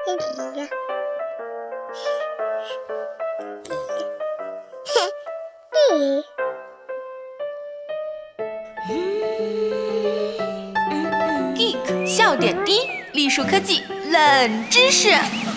Geek 笑点低，栗树科技冷知识。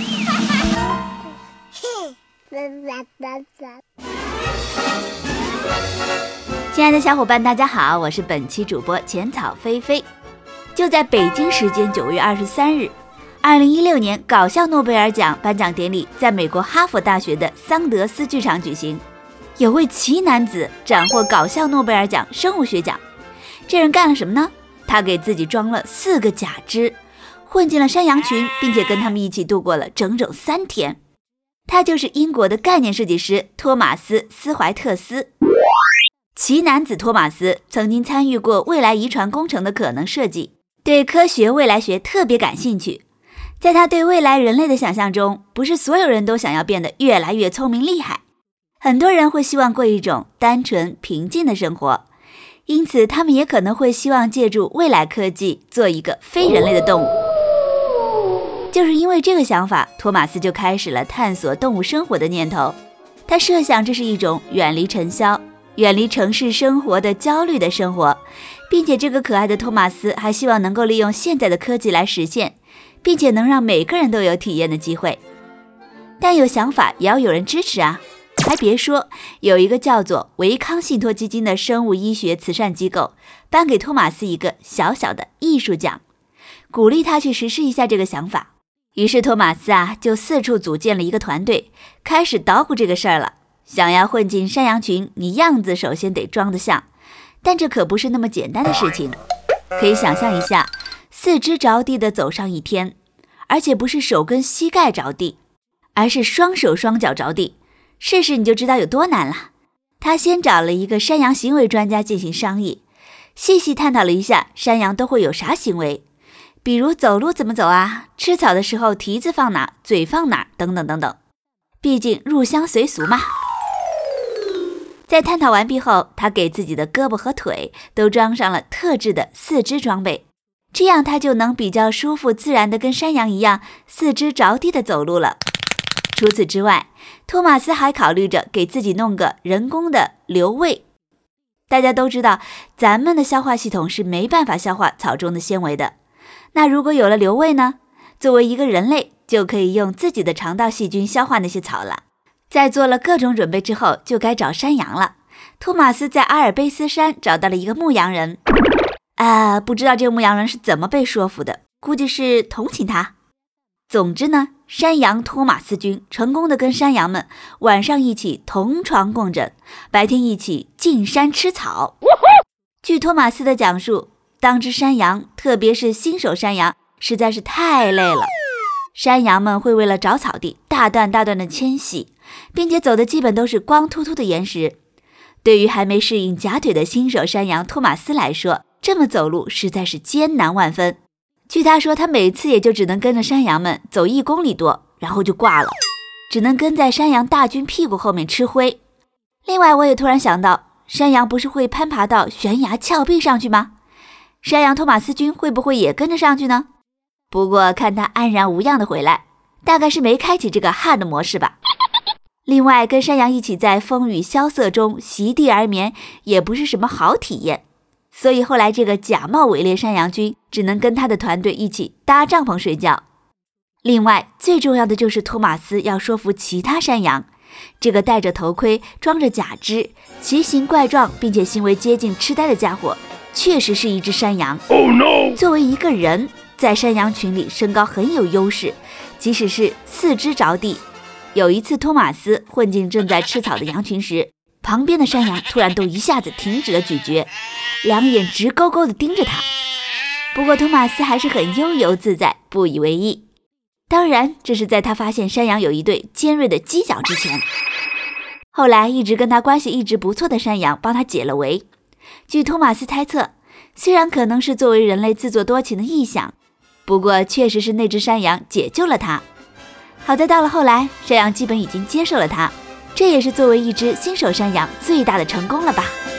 亲爱的小伙伴，大家好，我是本期主播浅草菲菲。就在北京时间9月23日，2016年搞笑诺贝尔奖颁奖典礼在美国哈佛大学的桑德斯剧场举行。有位奇男子斩获搞笑诺贝尔奖生物学奖。这人干了什么呢？他给自己装了4个假肢，混进了山羊群，并且跟他们一起度过了整整3天。他就是英国的概念设计师托马斯·斯怀特斯。奇男子托马斯曾经参与过未来遗传工程的可能设计，对科学未来学特别感兴趣。在他对未来人类的想象中，不是所有人都想要变得越来越聪明厉害，很多人会希望过一种单纯平静的生活，因此他们也可能会希望借助未来科技做一个非人类的动物。就是因为这个想法，托马斯就开始了探索动物生活的念头。他设想这是一种远离尘嚣、远离城市生活的焦虑的生活，并且这个可爱的托马斯还希望能够利用现在的科技来实现，并且能让每个人都有体验的机会。但有想法也要有人支持啊！还别说，有一个叫做维康信托基金的生物医学慈善机构颁给托马斯一个小小的艺术奖，鼓励他去实施一下这个想法。于是托马斯就四处组建了一个团队，开始捣鼓这个事儿了。想要混进山羊群，你样子首先得装得像，但这可不是那么简单的事情。可以想象一下，4肢着地的走上一天，而且不是手跟膝盖着地，而是双手双脚着地，试试你就知道有多难了。他先找了一个山羊行为专家进行商议，细细探讨了一下山羊都会有啥行为，比如走路怎么走啊，吃草的时候蹄子放哪，嘴放哪，等等等等。毕竟入乡随俗嘛。在探讨完毕后，他给自己的胳膊和腿都装上了特制的4肢装备，这样他就能比较舒服自然的跟山羊一样4肢着地的走路了。除此之外，托马斯还考虑着给自己弄个人工的瘤胃。大家都知道，咱们的消化系统是没办法消化草中的纤维的。那如果有了瘤胃呢？作为一个人类，就可以用自己的肠道细菌消化那些草了。在做了各种准备之后，就该找山羊了。托马斯在阿尔卑斯山找到了一个牧羊人。不知道这个牧羊人是怎么被说服的，估计是同情他。总之呢，山羊托马斯军成功的跟山羊们晚上一起同床共枕，白天一起进山吃草。据托马斯的讲述，当只山羊，特别是新手山羊，实在是太累了。山羊们会为了找草地大段大段的迁徙，并且走的基本都是光秃秃的岩石。对于还没适应假腿的新手山羊托马斯来说，这么走路实在是艰难万分。据他说，他每次也就只能跟着山羊们走1公里多，然后就挂了，只能跟在山羊大军屁股后面吃灰。另外，我也突然想到，山羊不是会攀爬到悬崖峭壁上去吗？山羊托马斯军会不会也跟着上去呢？不过看他安然无恙的回来，大概是没开启这个 hard 模式吧。另外，跟山羊一起在风雨萧瑟中席地而眠，也不是什么好体验。所以后来这个假冒伪劣山羊军只能跟他的团队一起搭帐篷睡觉。另外，最重要的就是托马斯要说服其他山羊，这个戴着头盔、装着假肢、奇形怪状并且行为接近痴呆的家伙，确实是一只山羊。Oh no! 作为一个人，在山羊群里身高很有优势，即使是4肢着地。有一次托马斯混进正在吃草的羊群时，旁边的山羊突然都一下子停止了咀嚼，两眼直勾勾地盯着他。不过托马斯还是很悠游自在，不以为意。当然，这是在他发现山羊有一对尖锐的犄角之前。后来一直跟他关系一直不错的山羊帮他解了围。据托马斯猜测，虽然可能是作为人类自作多情的臆想，不过确实是那只山羊解救了他。好在到了后来，山羊基本已经接受了他，这也是作为一只新手山羊最大的成功了吧。